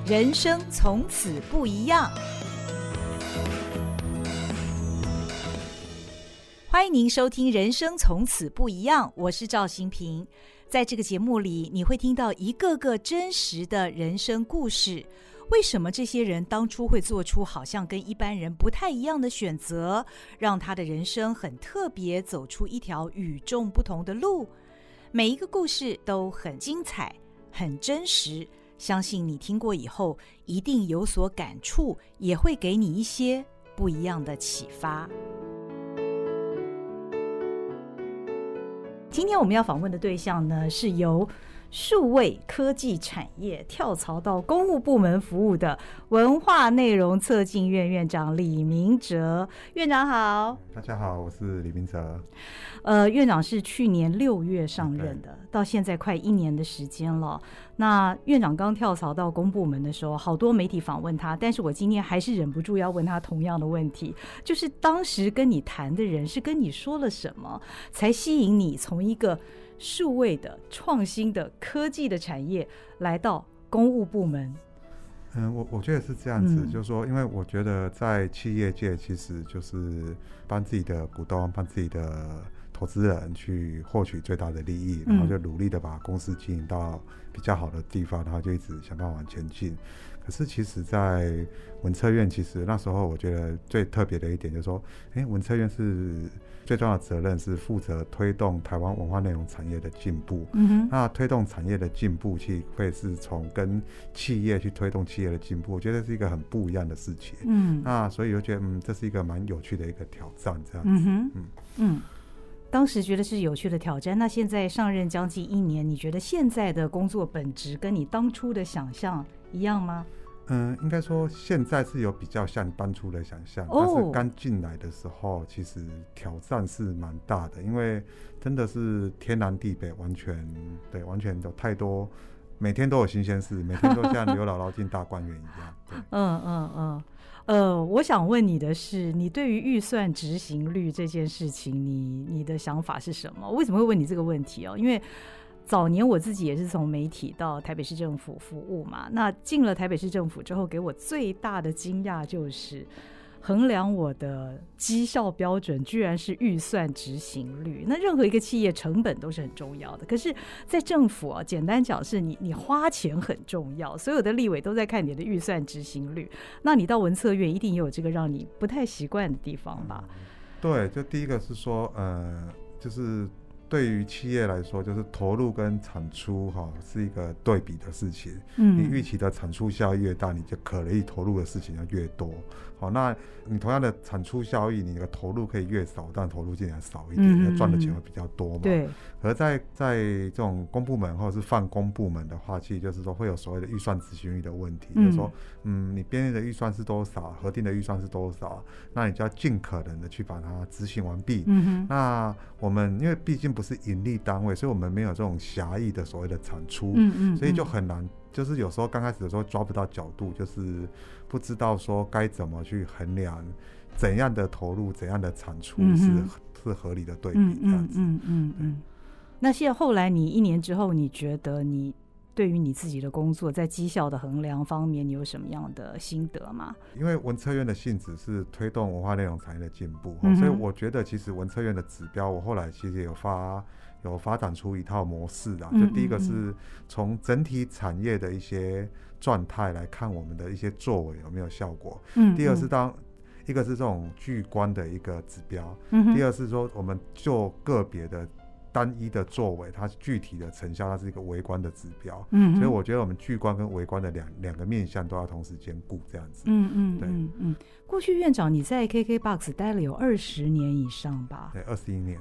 人生从此不一样。欢迎您收听《人生从此不一样》，我是赵心屏。在这个节目里，你会听到一个个真实的人生故事。为什么这些人当初会做出好像跟一般人不太一样的选择，让他的人生很特别，走出一条与众不同的路？每一个故事都很精彩，很真实。相信你听过以后，一定有所感触，也会给你一些不一样的启发。今天我们要访问的对象呢，是由数位科技产业跳槽到公务部门服务的文化内容策进院院长李明哲。院长好。 大家好，我是李明哲。 院长是去年6月上任的，到现在快1年的时间了。那院长刚跳槽到公部门的时候，好多媒体访问他，但是我今天还是忍不住要问他同样的问题，就是当时跟你谈的人是跟你说了什么，才吸引你从一个数位的创新的科技的产业来到公务部门？ 我觉得是这样子，就是说，因为我觉得在企业界，其实就是帮自己的股东、帮自己的投资人去获取最大的利益，然后就努力的把公司经营到比较好的地方，然后就一直想办法往前进。可是其实在文策院，其实那时候我觉得最特别的一点就是说，文策院是最重要的责任是负责推动台湾文化内容产业的进步。那推动产业的进步，其实会是从跟企业去推动企业的进步，我觉得是一个很不一样的事情。那所以我觉得这是一个蛮有趣的一个挑战，这样子。 当时觉得是有趣的挑战，那现在上任将近1年，你觉得现在的工作本质跟你当初的想象一样吗？ 应该说现在是有比较像当初的想象，但是刚进来的时候其实挑战是蛮大的，因为真的是天南地北，完全有太多，每天都有新鲜事，每天都像刘姥姥进大观园一样。 我想问你的是，你对于预算执行率这件事情，你的想法是什么？为什么会问你这个问题哦？因为早年我自己也是从媒体到台北市政府服务嘛，那进了台北市政府之后，给我最大的惊讶就是衡量我的绩效标准居然是预算执行率。那任何一个企业成本都是很重要的，可是在政府简单讲是你花钱很重要，所有的立委都在看你的预算执行率。那你到文策院一定也有这个让你不太习惯的地方吧？ 对，就第一个是说就是对于企业来说，就是投入跟产出是一个对比的事情。你预期的产出效益越大，你就可以投入的事情就越多。那你同样的产出效益，你的投入可以越少，但投入进来少一点，赚的钱会比较多嘛。 对。 而在这种公部门或者是泛公部门的话，其实就是说会有所谓的预算执行率的问题，就是说，你编列的预算是多少，核定的预算是多少，那你就要尽可能的去把它执行完毕。那我们因为毕竟不是盈利单位，所以我们没有这种狭义的所谓的产出，所以就很难，就是有时候刚开始的时候抓不到角度，就是不知道说该怎么去衡量怎样的投入怎样的产出是合理的对比这样子。 那现在后来你1年之后，你觉得你对于你自己的工作在绩效的衡量方面，你有什么样的心得吗？ 因为文策院的性质是推动文化内容产业的进步，所以我觉得其实文策院的指标，我后来其实有发展出一套模式啦。就第一个是从整体产业的一些状态来看我们的一些作为有没有效果。第二是一个是这种巨观的一个指标，第二是说我们就个别的单一的作为，它具体的成效，它是一个微观的指标。所以我觉得我们巨观跟微观的两个面向都要同时兼顾，这样子。 过去院长你在 KKBOX 待了有20年以上吧？ 对，21年。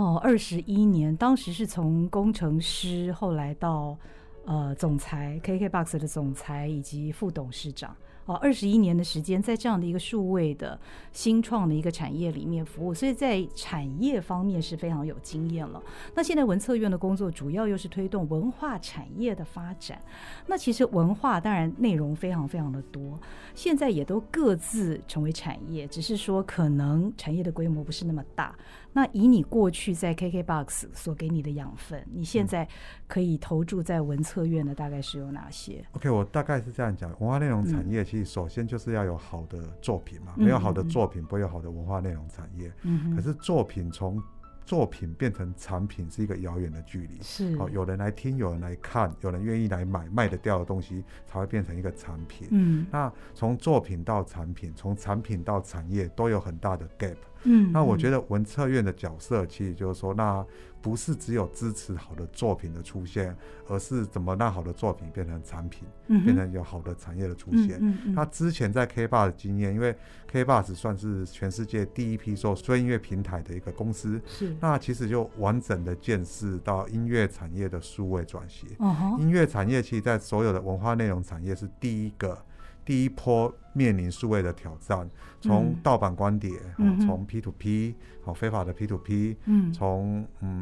21年，当时是从工程师，后来到总裁 KKBOX 的总裁以及副董事长。21年的时间在这样的一个数位的新创的一个产业里面服务，所以在产业方面是非常有经验了。那现在文策院的工作主要又是推动文化产业的发展，那其实文化当然内容非常非常的多，现在也都各自成为产业，只是说可能产业的规模不是那么大。 那以你过去在 KKBOX 所给你的养分，你现在可以投注在文策院的大概是有哪些？ OK， 我大概是这样讲，文化内容产业其实首先就是要有好的作品嘛，没有好的作品不会有好的文化内容产业。可是作品从作品变成产品是一个遥远的距离， 是有人来听，有人来看，有人愿意来买，卖得掉的东西才会变成一个产品。那从作品到产品，从产品到产业都有很大的 gap。那我觉得文策院的角色其实就是说，那不是只有支持好的作品的出现，而是怎么让好的作品变成产品，变成有好的产业的出现。那之前在 KKBOX 的经验，因为 KKBOX 算是全世界第一批做数位音乐平台的一个公司，那其实就完整的见识到音乐产业的数位转型。音乐产业其实在所有的文化内容产业是第一波面临数位的挑战，从盗版光碟，从 P2P， 非法的 P2P， 从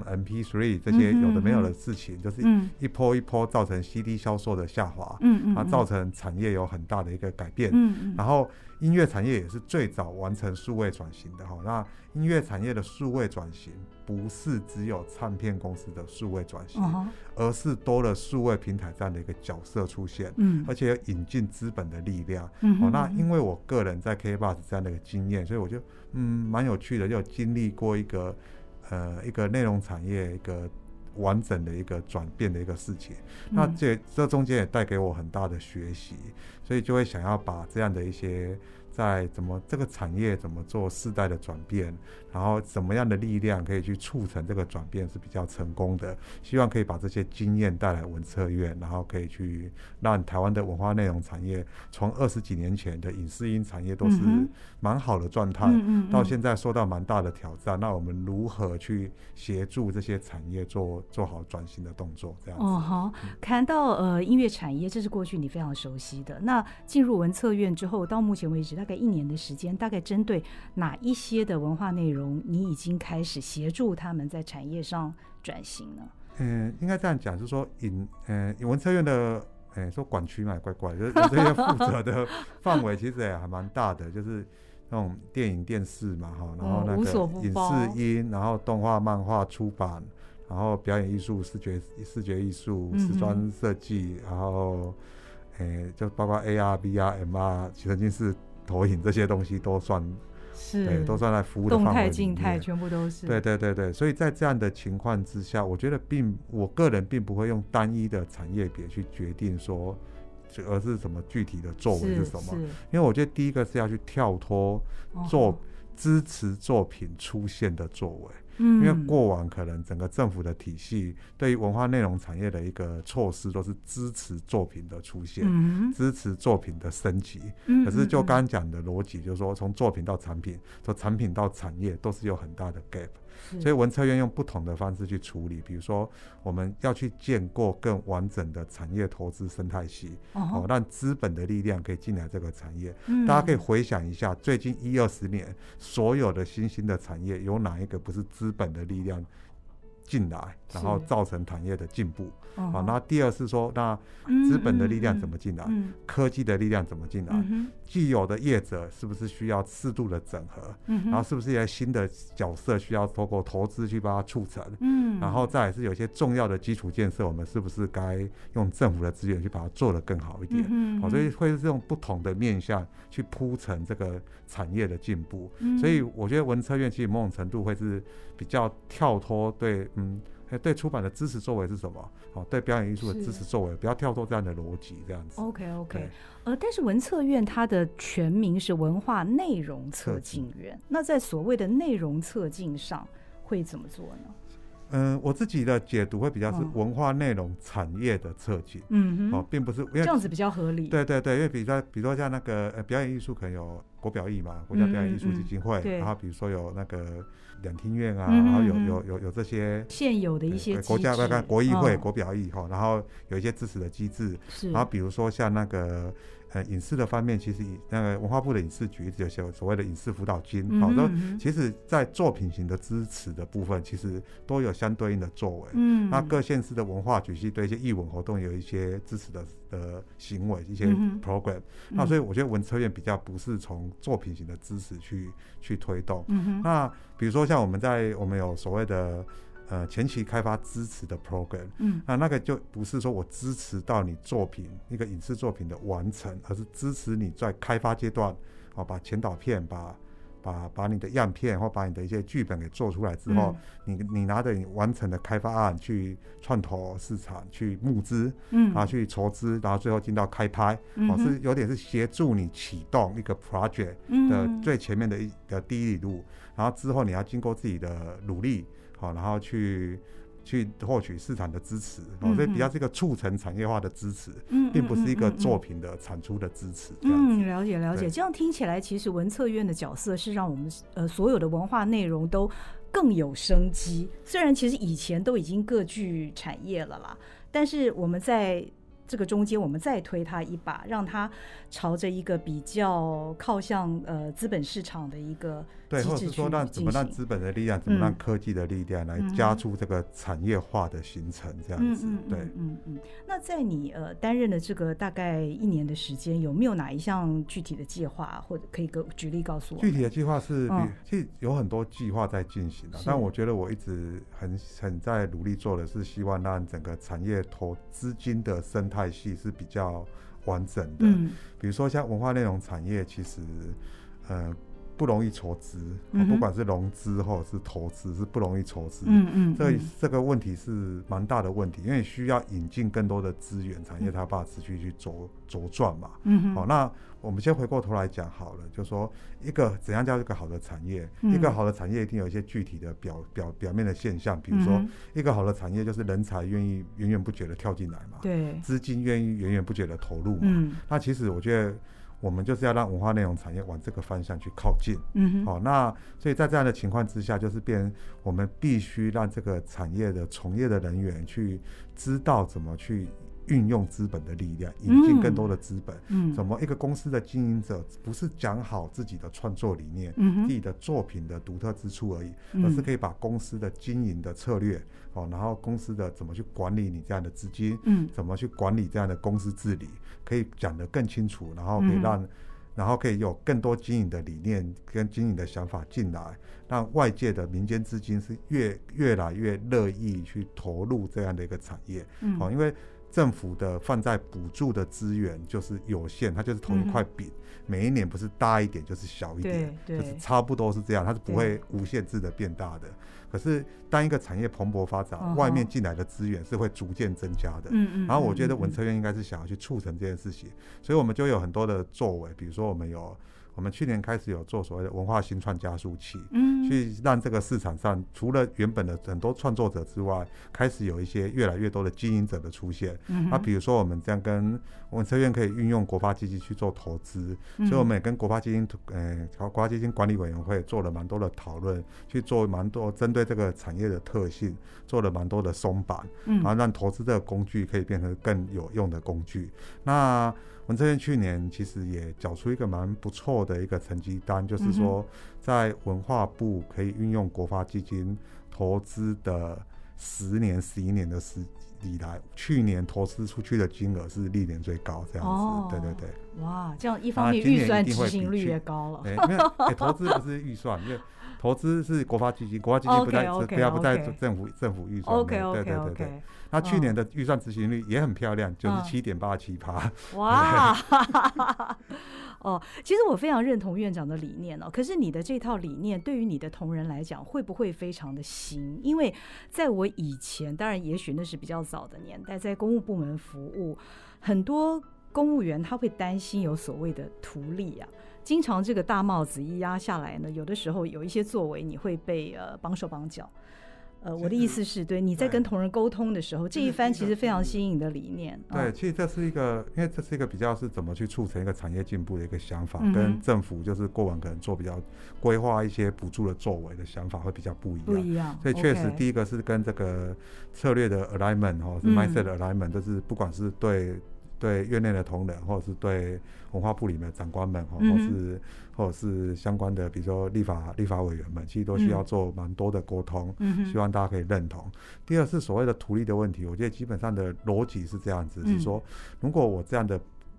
MP3 这些有的没有的事情，就是一波一波造成 CD 销售的下滑，造成产业有很大的一个改变。然后音乐产业也是最早完成数位转型的。那音乐产业的数位转型不是只有唱片公司的数位转型，而是多了数位平台这样的一个角色出现，而且引进资本的力量。那因为我个人在 KKBOX 这样的一个经验，所以我就蛮有趣的，就有经历过一个内容产业一个完整的一个转变的一个事情。那这中间也带给我很大的学习，所以就会想要把这样的一些在这个产业怎么做世代的转变，然后怎么样的力量可以去促成这个转变是比较成功的，希望可以把这些经验带来文策院，然后可以去让台湾的文化内容产业从20几年前的影视音产业都是蛮好的状态，到现在受到蛮大的挑战。那我们如何去协助这些产业做好转型的动作，这样子。 好，谈到音乐产业，这是过去你非常熟悉的。那进入文策院之后，到目前为止大概1年的时间，大概针对哪一些的文化内容你已经开始协助他们在产业上转型呢？ 应该这样讲，就是说文策院的说管区嘛也怪怪，就是这些负责的范围其实也还蛮大的，就是那种电影电视嘛，然后那个影视音，然后动画漫画出版，然后表演艺术、视觉艺术、时装设计，然后就包括 AR、VR、MR、沉浸式投影这些东西都算，对，都算在服务的范围里面，动态、 静态全部都是。 对，所以在这样的情况之下，我觉得我个人并不会用单一的产业别去决定说，而是什么具体的作为是什么。因为我觉得第一个是要去跳脱支持作品出现的作为。因为过往可能整个政府的体系对于文化内容产业的一个措施都是支持作品的出现，支持作品的升级。可是就刚刚讲的逻辑，就是说从作品到产品，从产品到产业都是有很大的 gap。所以文策院用不同的方式去处理，比如说我们要去建构更完整的产业投资生态系，让资本的力量可以进来这个产业。大家可以回想一下，最近10-20年所有的新兴的产业，有哪一个不是资本的力量进来，然后造成产业的进步？那第二是说，那资本的力量怎么进来？科技的力量怎么进来？既有的业者是不是需要适度的整合？然后是不是一些新的角色需要透过投资去把它促成？然后再来是有一些重要的基础建设，我们是不是该用政府的资源去把它做得更好一点？所以会是用不同的面向去铺陈这个产业的进步。所以我觉得文策院其实某种程度会是比较跳脱对出版的支持作为是什么？对表演艺术的支持作为，不要跳脱这样的逻辑，这样子。 OK， 但是文策院它的全名是文化内容策进院，那在所谓的内容策进上会怎么做呢？ 我自己的解读会比较是文化内容产业的策进，并不是这样子比较合理。 对，因为比如说像那个表演艺术可能有国表艺嘛，国家表演艺术基金会，然后比如说有那个两厅院啊，然后有这些现有的一些国家国艺会、国表艺然后有一些支持的机制，然后比如说像那个影视的方面，其实那个文化部的影视局有些所谓的影视辅导金，其实在作品型的支持的部分，其实都有相对应的作为。那各县市的文化局系对一些艺文活动有一些支持的行为，一些 program。那所以我觉得文策院比较不是从作品型的支持去推动。那比如说像我们有所谓的前期开发支持的 program，那个就不是说我支持到你作品一个影视作品的完成，而是支持你在开发阶段，把前导片把你的样片或把你的一些剧本给做出来之后，你拿着你完成的开发案去创投市场去募资，然后去筹资，然后最后进到开拍，是有点是协助你启动一个 project 的最前面的第一里路，然后之后你要经过自己的努力，然后去获取市场的支持，所以比较是一个促成产业化的支持，并不是一个作品的产出的支持。 了解。这样听起来，其实文策院的角色是让我们所有的文化内容都更有生机。虽然其实以前都已经各具产业了啦，但是我们在这个中间，我们再推它一把，让它朝着一个比较靠向资本市场的一个对，或者是说怎么让资本的力量，怎么让科技的力量来加速这个产业化的形成，这样子。对， 那在你担任的这个大概1年的时间，有没有哪一项具体的计划，或者可以举例告诉我？ 具体的计划是，其实有很多计划在进行的，但我觉得我一直很在努力做的是，希望让整个产业投资金的生态系是比较完整的。比如说像文化内容产业，其实不容易筹资，不管是融资或者是投资，是不容易筹资。这个问题是蛮大的问题，因为需要引进更多的资源，产业它把持续去茁壮嘛。那我们先回过头来讲好了，就说怎样叫一个好的产业？一个好的产业一定有一些具体的表面的现象，比如说一个好的产业就是人才愿意源源不绝的跳进来嘛，对，资金愿意源源不绝的投入嘛。那其实我觉得，我们就是要让文化内容产业往这个方向去靠近。那所以在这样的情况之下，就是我们必须让这个产业的从业的人员去知道怎么去运用资本的力量，引进更多的资本。怎么一个公司的经营者不是讲好自己的创作理念，自己的作品的独特之处而已，而是可以把公司的经营的策略，然后公司的怎么去管理你这样的资金，怎么去管理这样的公司治理，可以讲得更清楚，然后可以有更多经营的理念跟经营的想法进来，让外界的民间资金是越来越乐意去投入这样的一个产业。因为政府的放在补助的资源就是有限，它就是同一块饼，每一年不是大一点就是小一点，就是差不多是这样，它是不会无限制的变大的。可是当一个产业蓬勃发展，外面进来的资源是会逐渐增加的。然后我觉得文策院应该是想要去促成这件事情，所以我们就有很多的作为，比如说我们去年开始有做所谓的文化新创加速器，去让这个市场上除了原本的很多创作者之外，开始有一些越来越多的经营者的出现。那比如说我们这样跟文策院可以运用国发基金去做投资，所以我们也跟国发基金管理委员会做了蛮多的讨论，去做蛮多针对这个产业的特性，做了蛮多的松绑，然后让投资这个工具可以变成更有用的工具。那文策院去年其实也缴出一个蛮不错的一个成绩单，就是说在文化部可以运用国发基金投资的10年、11年的以来，去年投资出去的金额是历年最高，这样子。对。 哇，这样一方面预算执行率也高了。 没有，投资不是预算，因为投资是国发基金，国发基金不在政府预算。对。那去年的预算执行率也很漂亮，97.87%。 哇！其实我非常认同院长的理念可是你的这套理念对于你的同仁来讲，会不会非常的新？因为在我以前，当然也许那是比较早的年代，在公务部门服务，很多公务员他会担心有所谓的图利经常这个大帽子一压下来呢，有的时候有一些作为你会被绑手绑脚。我的意思是，对你在跟同仁沟通的时候，这一番其实非常新颖的理念。 对，其实这是一个，因为这是一个比较是怎么去促成一个产业进步的一个想法，跟政府就是过往可能做比较规划一些补助的作为的想法会比较不一样。所以确实，第一个是跟这个策略的 alignment 是 mindset 的 alignment，就是不管是对院内的同仁，或者是对文化部里面的长官们，或者是相关的，比如说立法委员们，其实都需要做蛮多的沟通，希望大家可以认同。第二是所谓的图利的问题，我觉得基本上的逻辑是这样子，是说如果我这样的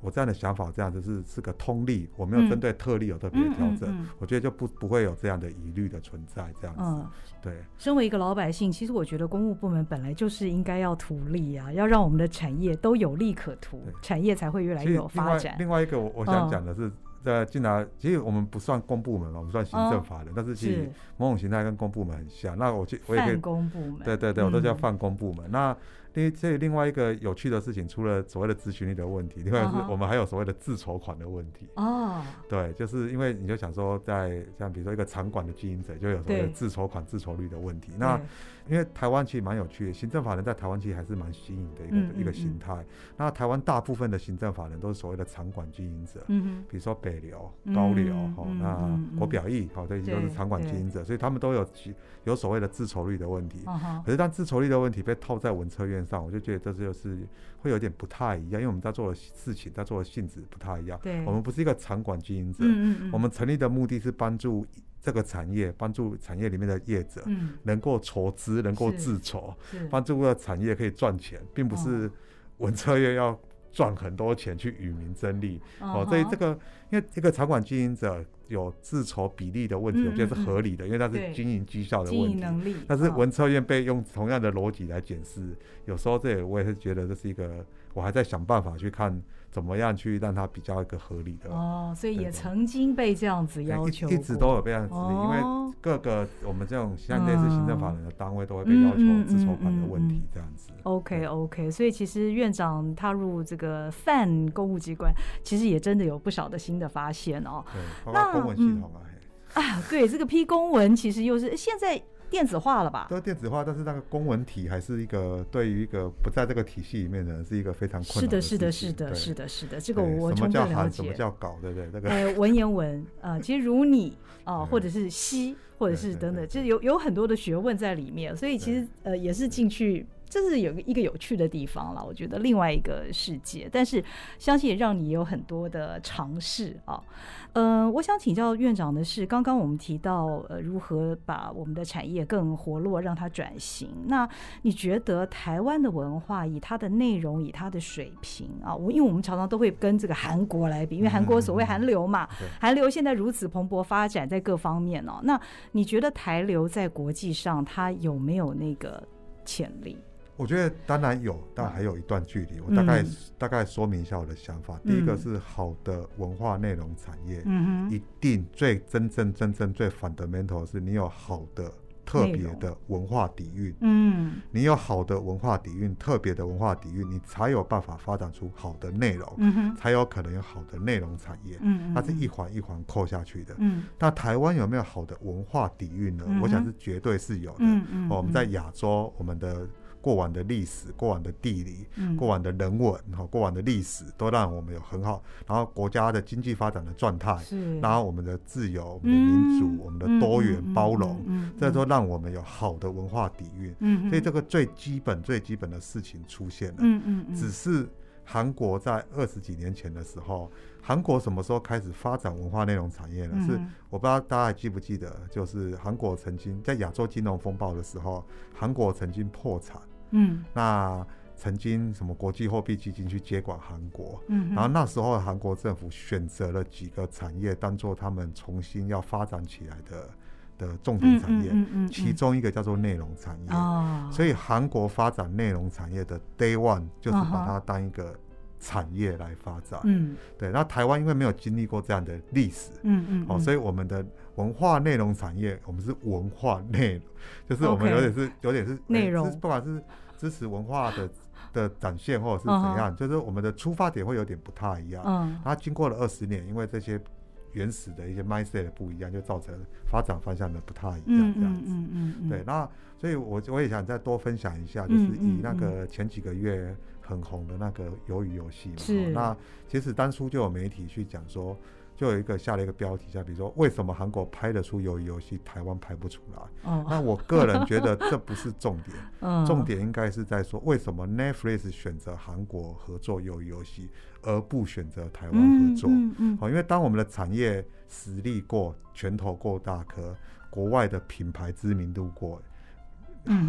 我这样的想法这样子是个通例，我没有针对特例有特别的调整，我觉得就不会有这样的疑虑的存在这样子。对， 身为一个老百姓，其实我觉得公务部门本来就是应该要图利啊，要让我们的产业都有利可图，产业才会越来越有发展。 另外一个我想讲的是，进来其实我们不算公部门嘛，我们算行政法人，但是其实某种形态跟公部门很像。那我也可以泛公部门， 对，我都叫泛公部门。那这另外一个有趣的事情，除了所谓的咨询力的问题，另外是我们还有所谓的自筹款的问题。对，就是因为你就想说，像比如说一个场馆的经营者，就有所谓的自筹款、自筹率的问题。那因为台湾其实蛮有趣的，行政法人在台湾其实还是蛮新颖的一个形态。那台湾大部分的行政法人都是所谓的场馆经营者，比如说北流、高流，那国表意，这些都是场馆经营者，所以他们都有所谓的自筹率的问题。可是当自筹率的问题被套在文策院上，我就觉得这就是会有点不太一样，因为我们在做的事情、在做的性质不太一样。我们不是一个场馆经营者，我们成立的目的是帮助这个产业，帮助产业里面的业者能够筹资，能够自筹，帮助这个产业可以赚钱，并不是文策院要赚很多钱去与民争利。所以这个因为一个场馆经营者有自筹比例的问题，我觉得是合理的，因为它是经营绩效的问题。但是文策院被用同样的逻辑来检视，有时候我也是觉得这是一个，我还在想办法去看怎么样去让它比较一个合理的。 所以也曾经被这样子要求过， 一直都有被这样子，因为各个我们这种像类似行政法人的单位都会被要求自筹款的问题这样子。 OK， 所以其实院长踏入这个泛公务机关，其实也真的有不少的新的发现哦。 对，包括公文系统对，这个批公文其实又是现在电子化了吧？ 都电子化，但是那个公文体还是一个对于一个不在这个体系里面的人是一个非常困难的事情。 是的，这个我充分了解。 什么叫稿，对不对？这个文言文其实如你或者是西，或者是等等，就是有很多的学问在里面，所以其实也是进去。这是有一个有趣的地方啦，我觉得另外一个世界，但是相信也让你有很多的尝试啊。我想请教院长的是，刚刚我们提到如何把我们的产业更活络，让它转型。那你觉得台湾的文化以它的内容，以它的水平啊，因为我们常常都会跟这个韩国来比，因为韩国所谓韩流嘛，韩流现在如此蓬勃发展在各方面哦。那你觉得台流在国际上它有没有那个潜力？ 我觉得当然有，但还有一段距离。我大概说明一下我的想法。第一个是好的文化内容产业，一定真正最 fundamental 的是你有好的特别的文化底蕴。你有好的文化底蕴，特别的文化底蕴，你才有办法发展出好的内容，才有可能有好的内容产业。它是一环一环扣下去的。那台湾有没有好的文化底蕴呢？我想是绝对是有的。我们在亚洲，我们的过往的历史、过往的地理、过往的人文、过往的历史，都让我们有很好，然后国家的经济发展的状态，然后我们的自由、我们的民主、我们的多元包容，这都让我们有好的文化底蕴。所以这个最基本的事情出现了。只是韩国在20几年前的时候，韩国什么时候开始发展文化内容产业呢？是我不知道大家还记不记得，就是韩国曾经在亚洲金融风暴的时候，韩国曾经破产。那曾经什么国际货币基金去接管韩国，然后那时候韩国政府选择了几个产业当做他们重新要发展起来的重点产业，其中一个叫做内容产业。所以韩国发展内容产业的 Day One 就是把它当一个产业来发展。对。那台湾因为没有经历过这样的历史，所以我们的文化内容产业，我们是文化内容，就是我们有点是内容， 不管是支持文化的展现或者是怎样，就是我们的出发点会有点不太一样。它经过了20年，因为这些原始的一些 mindset 的不一样，就造成发展方向的不太一样这样子。对。那所以我也想再多分享一下，就是以那个前几个月很红的那个鱿鱼游戏嘛。那其实当初就有媒体去讲说，就有一个下了一个标题，像比如说为什么韩国拍得出鱿鱼游戏，台湾拍不出来。那我个人觉得这不是重点，重点应该是在说为什么 Netflix 选择韩国合作鱿鱼游戏，而不选择台湾合作。因为当我们的产业实力过，拳头够大颗，国外的品牌知名度过，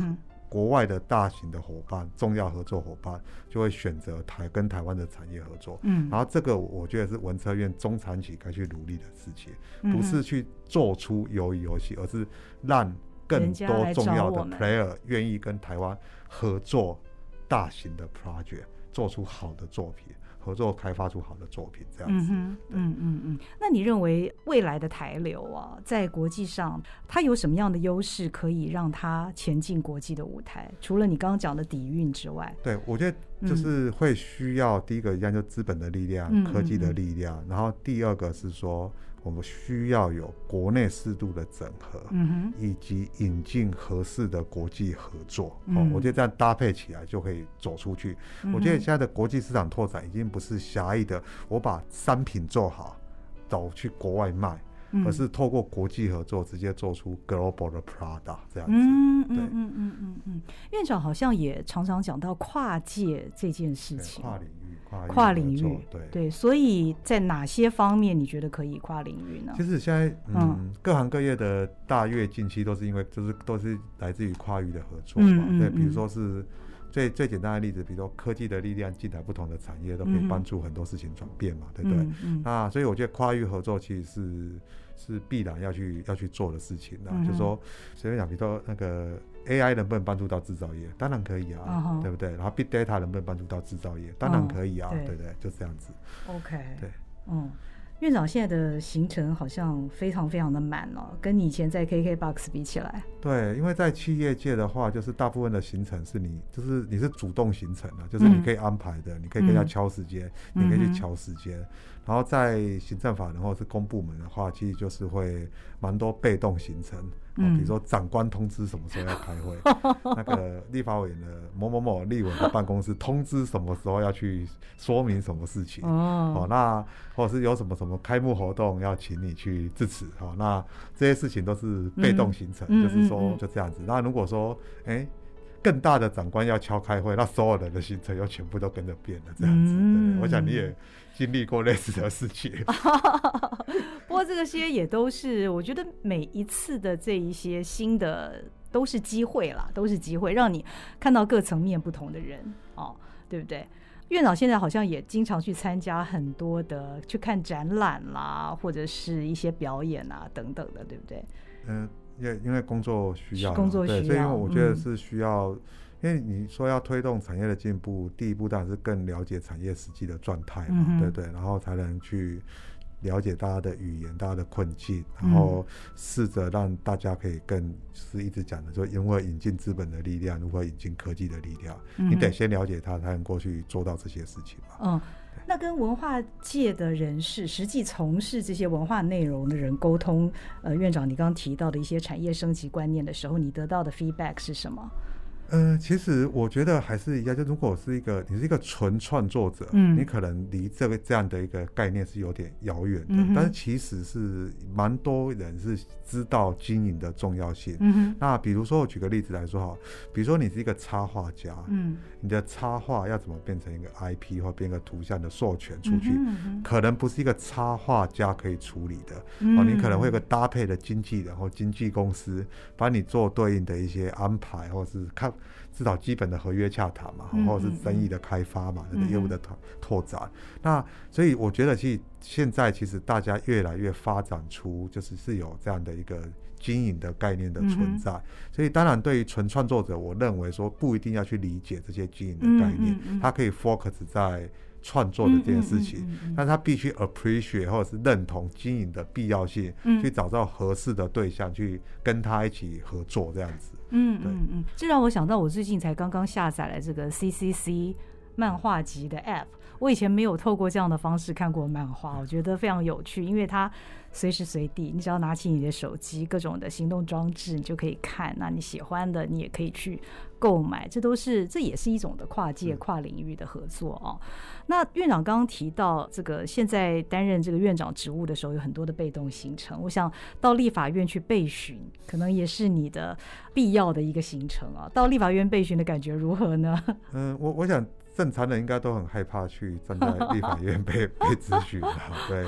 国外的大型的伙伴、重要合作伙伴就会选择跟台湾的产业合作。然后这个我觉得是文策院中长期该去努力的事情，不是去做出鱿鱼游戏，而是让更多重要的 player 愿意跟台湾合作大型的 project， 做出好的作品，合作开发出好的作品，这样子。 那你认为未来的台流啊，在国际上它有什么样的优势可以让它前进国际的舞台？除了你刚刚讲的底蕴之外， 对，我觉得就是会需要第一个一样就资本的力量、科技的力量，然后第二个是说我们需要有国内适度的整合，以及引进合适的国际合作。我觉得这样搭配起来就可以走出去。我觉得现在的国际市场拓展已经不是狭义的我把商品做好走去国外卖，而是透过国际合作直接做出 global 的 product 这样子。 院长好像也常常讲到跨界这件事情， 跨领域， 对，所以在哪些方面你觉得可以跨领域呢？ 其实现在各行各业的大跃进期都是因为都是来自于跨域的合作嘛。对，比如说是最简单的例子，比如说科技的力量进来不同的产业都可以帮助很多事情转变嘛，对不对？那所以我觉得跨域合作其实是必然要去做的事情的。就是说随便讲，比如说那个 AI 能不能帮助到制造业？当然可以啊，对不对？然后 Big Data 能不能帮助到制造业？当然可以啊，对不对？就这样子。 OK， 对， 院长现在的行程好像非常非常的满哦，跟你以前在 KKBOX 比起来。 对，因为在企业界的话，就是大部分的行程是你是主动行程的，就是你可以安排的，你可以跟人家敲时间，你可以去敲时间。然后在行政法人或者是公部门的话，其实就是会蛮多被动行程。比如说长官通知什么时候要开会，那个立法委员的某某某立委的办公室通知什么时候要去说明什么事情，那或者是有什么开幕活动要请你去致辞，那这些事情都是被动行程，就是说就这样子。那如果说更大的长官要敲开会，那所有人的行程又全部都跟着变了，这样子。对，我想你也经历过类似的事情。 不过这些也都是，我觉得每一次的这一些新的都是机会啦，都是机会让你看到各层面不同的人，对不对？院长现在好像也经常去参加很多的，去看展览啦，或者是一些表演啊等等的，对不对？ 因为工作需要， 对， 所以因为我觉得是需要，因为你说要推动产业的进步，第一步当然是更了解产业实际的状态嘛，对不对？然后才能去了解大家的语言、大家的困境，然后试着让大家可以更是一直讲的，说如何引进资本的力量，如何引进科技的力量，你得先了解它，才能过去做到这些事情嘛。 那跟文化界的人士，实际从事这些文化内容的人沟通，院长你刚刚提到的一些产业升级观念的时候，你得到的 feedback 是什么？ 其实我觉得还是一样，就如果你是一个纯创作者，你可能离这样的一个概念是有点遥远的，但是其实是蛮多人是知道经营的重要性。那比如说我举个例子来说哈，比如说你是一个插画家，你的插画要怎么变成一个 IP 或变个图像的授权出去，可能不是一个插画家可以处理的，你可能会有个搭配的经纪人或经纪公司帮你做对应的一些安排，或是至少基本的合约洽谈嘛，或者是生意的开发嘛，那个业务的拓展。那所以我觉得现在其实大家越来越发展出是有这样的一个经营的概念的存在，所以当然对于纯创作者，我认为说不一定要去理解这些经营的概念，他可以 focus 在创作的这件事情，但他必须 appreciate 或者是认同经营的必要性，去找到合适的对象去跟他一起合作这样子。 这让我想到我最近才刚刚下载了这个 CCC 漫画集的 app， 我以前没有透过这样的方式看过漫画，我觉得非常有趣，因为它随时随地你只要拿起你的手机，各种的行动装置你就可以看，那你喜欢的你也可以去购买，这也是一种的跨界跨领域的合作那院长刚刚提到这个现在担任这个院长职务的时候有很多的被动行程，我想到立法院去备询可能也是你的必要的一个行程到立法院备询的感觉如何呢？ 我想正常人应该都很害怕去站在立法院被咨询对，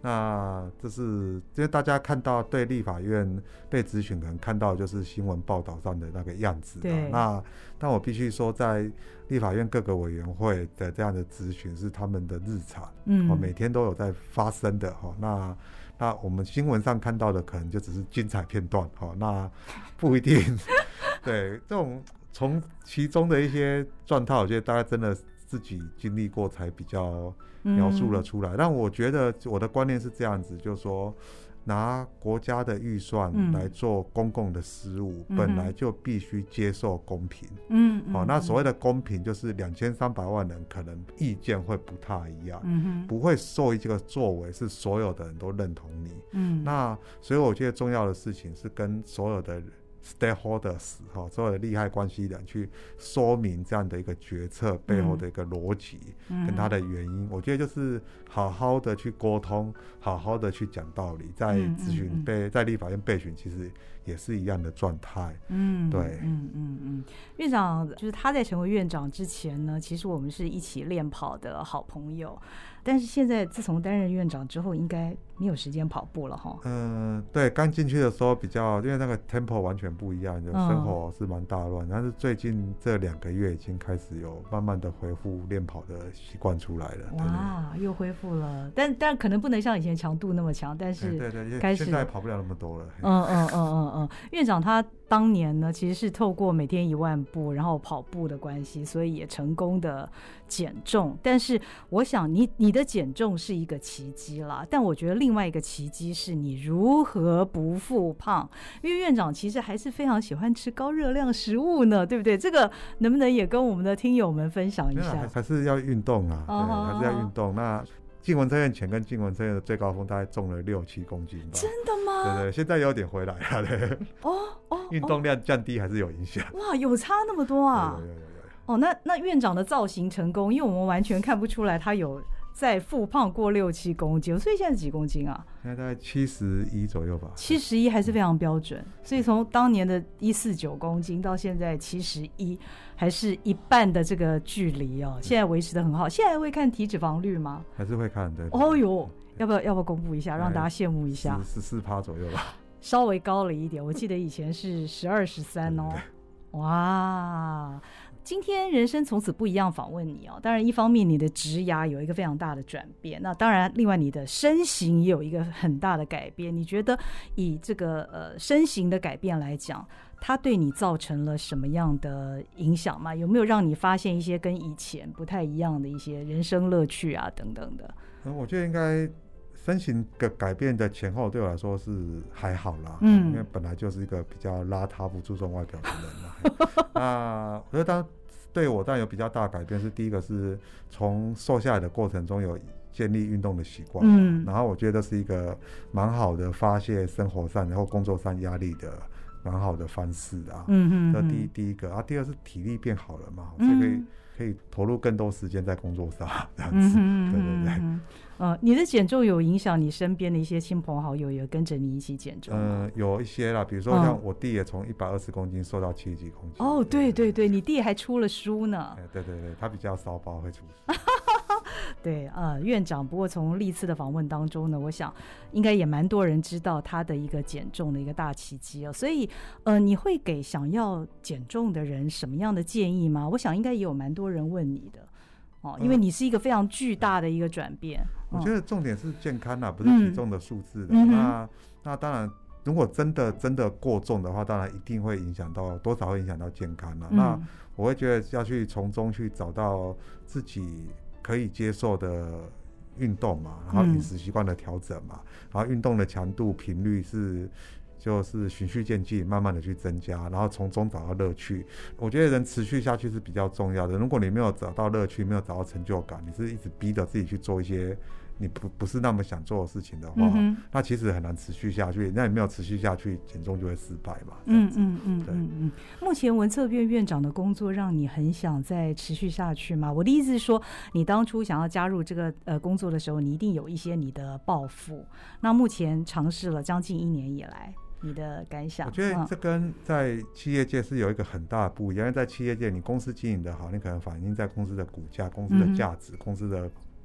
那这是因为大家看到对立法院被质询，可能看到就是新闻报道上的那个样子啊。但我必须说，在立法院各个委员会的这样的质询是他们的日常，每天都有在发生的那我们新闻上看到的可能就只是精彩片段那不一定对，这种从其中的一些状态，我觉得大家真的自己经历过才比较描述了出来。但我觉得我的观念是这样子，就是说拿国家的预算来做公共的事务，本来就必须接受公平。那所谓的公平就是2300万人可能意见会不太一样，不会受一个作为是所有的人都认同你。那所以我觉得重要的事情是跟所有的stakeholders 所有的利害关系人去说明这样的一个决策背后的一个逻辑跟它的原因。我觉得就是好好的去沟通，好好的去讲道理，在咨询在立法院备询其实也是一样的状态。对。 院长就是他在成为院长之前呢，其实我们是一起练跑的好朋友，但是现在自从担任院长之后，应该没有时间跑步了哈。 对，刚进去的时候比较，因为那个 tempo 完全不一样，就生活是蛮大乱。但是最近这2个月已经开始有慢慢的恢复练跑的习惯出来了。 哇，又恢复了，但可能不能像以前强度那么强，但是对， 开始现在跑不了那么多了。 院长他当年呢，其实是透过每天1万步，然后跑步的关系，所以也成功的减重。但是我想你的减重是一个奇迹啦，但我觉得另外一个奇迹是你如何不复胖。因为院长其实还是非常喜欢吃高热量食物呢，对不对？这个能不能也跟我们的听友们分享一下？ 还是要运动啊，对，还是要运动。那进文测验前跟进文测验的最高峰大概重了6-7公斤吧。 真的吗？ 对，现在有点回来了。对，运动量降低还是有影响。 哇，有差那么多啊！有。那院长的造型成功，因为我们完全看不出来他有在复胖过6-7公斤，所以现在是几公斤啊？ 现在大概71左右吧。 71还是非常标准，所以从当年的149公斤到现在71，还是一半的这个距离哦。现在维持得很好。现在会看体脂肪率吗？ 还是会看，对。 要不要公布一下，让大家羡慕一下 ？14% 左右吧， 稍微高了一点。我记得以前是12、13哦。哇！今天人生从此不一样访问你当然一方面你的职涯有一个非常大的转变，那当然另外你的身形也有一个很大的改变。你觉得以这个身形的改变来讲，它对你造成了什么样的影响吗？有没有让你发现一些跟以前不太一样的一些人生乐趣啊等等的？ 我觉得应该身形的改变的前后对我来说是还好啦，因为本来就是一个比较邋遢不注重外表的人那我觉得对我当然有比较大的改变，是第一个是从瘦下来的过程中有建立运动的习惯，然后我觉得是一个蛮好的发泄生活上然后工作上压力的蛮好的方式这第一个第二是体力变好了嘛，所以可以投入更多时间在工作上这样子。对。 你的减重有影响你身边的一些亲朋好友也跟着你一起减重吗？ 有一些啦，比如说像我弟也从120公斤瘦到70几公斤。 对，你弟还出了书呢。 对，他比较骚包会出书。 对，院长不过从历次的访问当中呢，我想应该也蛮多人知道他的一个减重的一个大奇迹所以你会给想要减重的人什么样的建议吗？我想应该也有蛮多人问你的因为你是一个非常巨大的一个转变。 我觉得重点是健康不是体重的数字那当然如果真的过重的话，当然一定会影响到多少会影响到健康那我会觉得要去从中去找到自己可以接受的运动嘛，然后饮食习惯的调整嘛，然后运动的强度频率就是循序渐进慢慢的去增加，然后从中找到乐趣。我觉得人持续下去是比较重要的，如果你没有找到乐趣，没有找到成就感，你是一直逼着自己去做一些你不是那么想做的事情的话那其实很难持续下去，那你没有持续下去减重就会失败嘛。 目前文策院院长的工作让你很想再持续下去吗？我的意思是说你当初想要加入这个工作的时候，你一定有一些你的抱负，那目前尝试了将近1年以来你的感想？ 我觉得这跟在企业界是有一个很大的不一样，因为在企业界你公司经营的好，你可能反映在公司的股价、公司的价值、公司的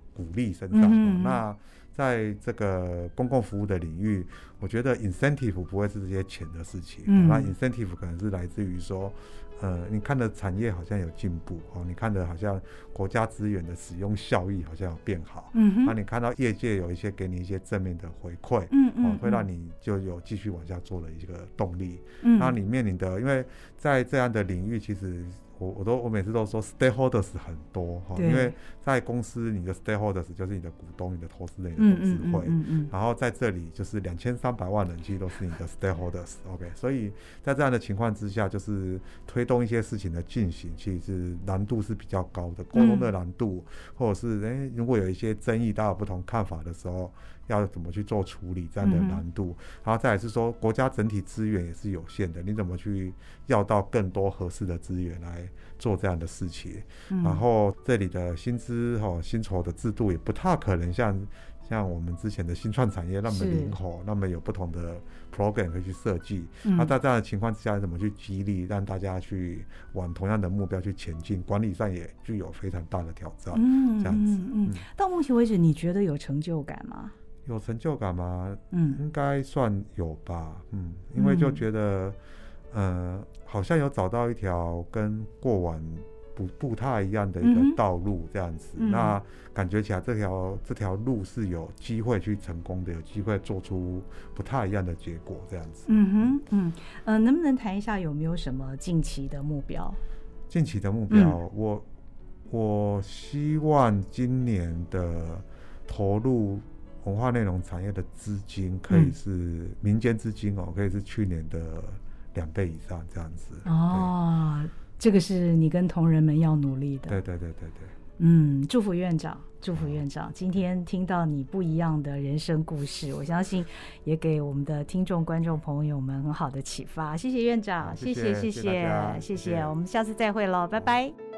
鼓励身上。那在这个公共服务的领域，我觉得 incentive 不会是这些钱的事情，那 incentive 可能是来自于说你看的产业好像有进步，你看的好像国家资源的使用效益好像有变好，那你看到业界有一些给你一些正面的回馈，会让你就有继续往下做的一个动力。那里面你的，因为在这样的领域，其实我每次都说 stakeholders 很多，因为在公司你的 stakeholders 就是你的股东、你的投资人、你的董事会，然后在这里就是2300万人其实都是你的 stakeholders。OK， 所以在这样的情况之下，就是推动一些事情的进行，其实是难度是比较高的，沟通的难度，或者是如果有一些争议，大家有不同看法的时候，要怎么去做处理这样的难度，然后再来是说国家整体资源也是有限的，你怎么去要到更多合适的资源来做这样的事情，然后这里的薪资薪酬的制度也不太可能像我们之前的新创产业那么灵活，那么有不同的 program 可以去设计，那在这样的情况之下怎么去激励让大家去往同样的目标去前进，管理上也具有非常大的挑战。这样子。 到目前为止你觉得有成就感吗？ 有成就感吗？应该算有吧。因为就觉得好像有找到一条跟过往不太一样的一个道路这样子，那感觉起来这条路是有机会去成功的，有机会做出不太一样的结果这样子。 能不能谈一下有没有什么近期的目标？ 近期的目标，我希望今年的投入文化内容产业的资金可以是民间资金可以是去年的2倍以上这样子。 这个是你跟同仁们要努力的。 对。 祝福院长，祝福院长。今天听到你不一样的人生故事，我相信也给我们的听众观众朋友们很好的启发。谢谢院长，谢谢，我们下次再会咯，拜拜。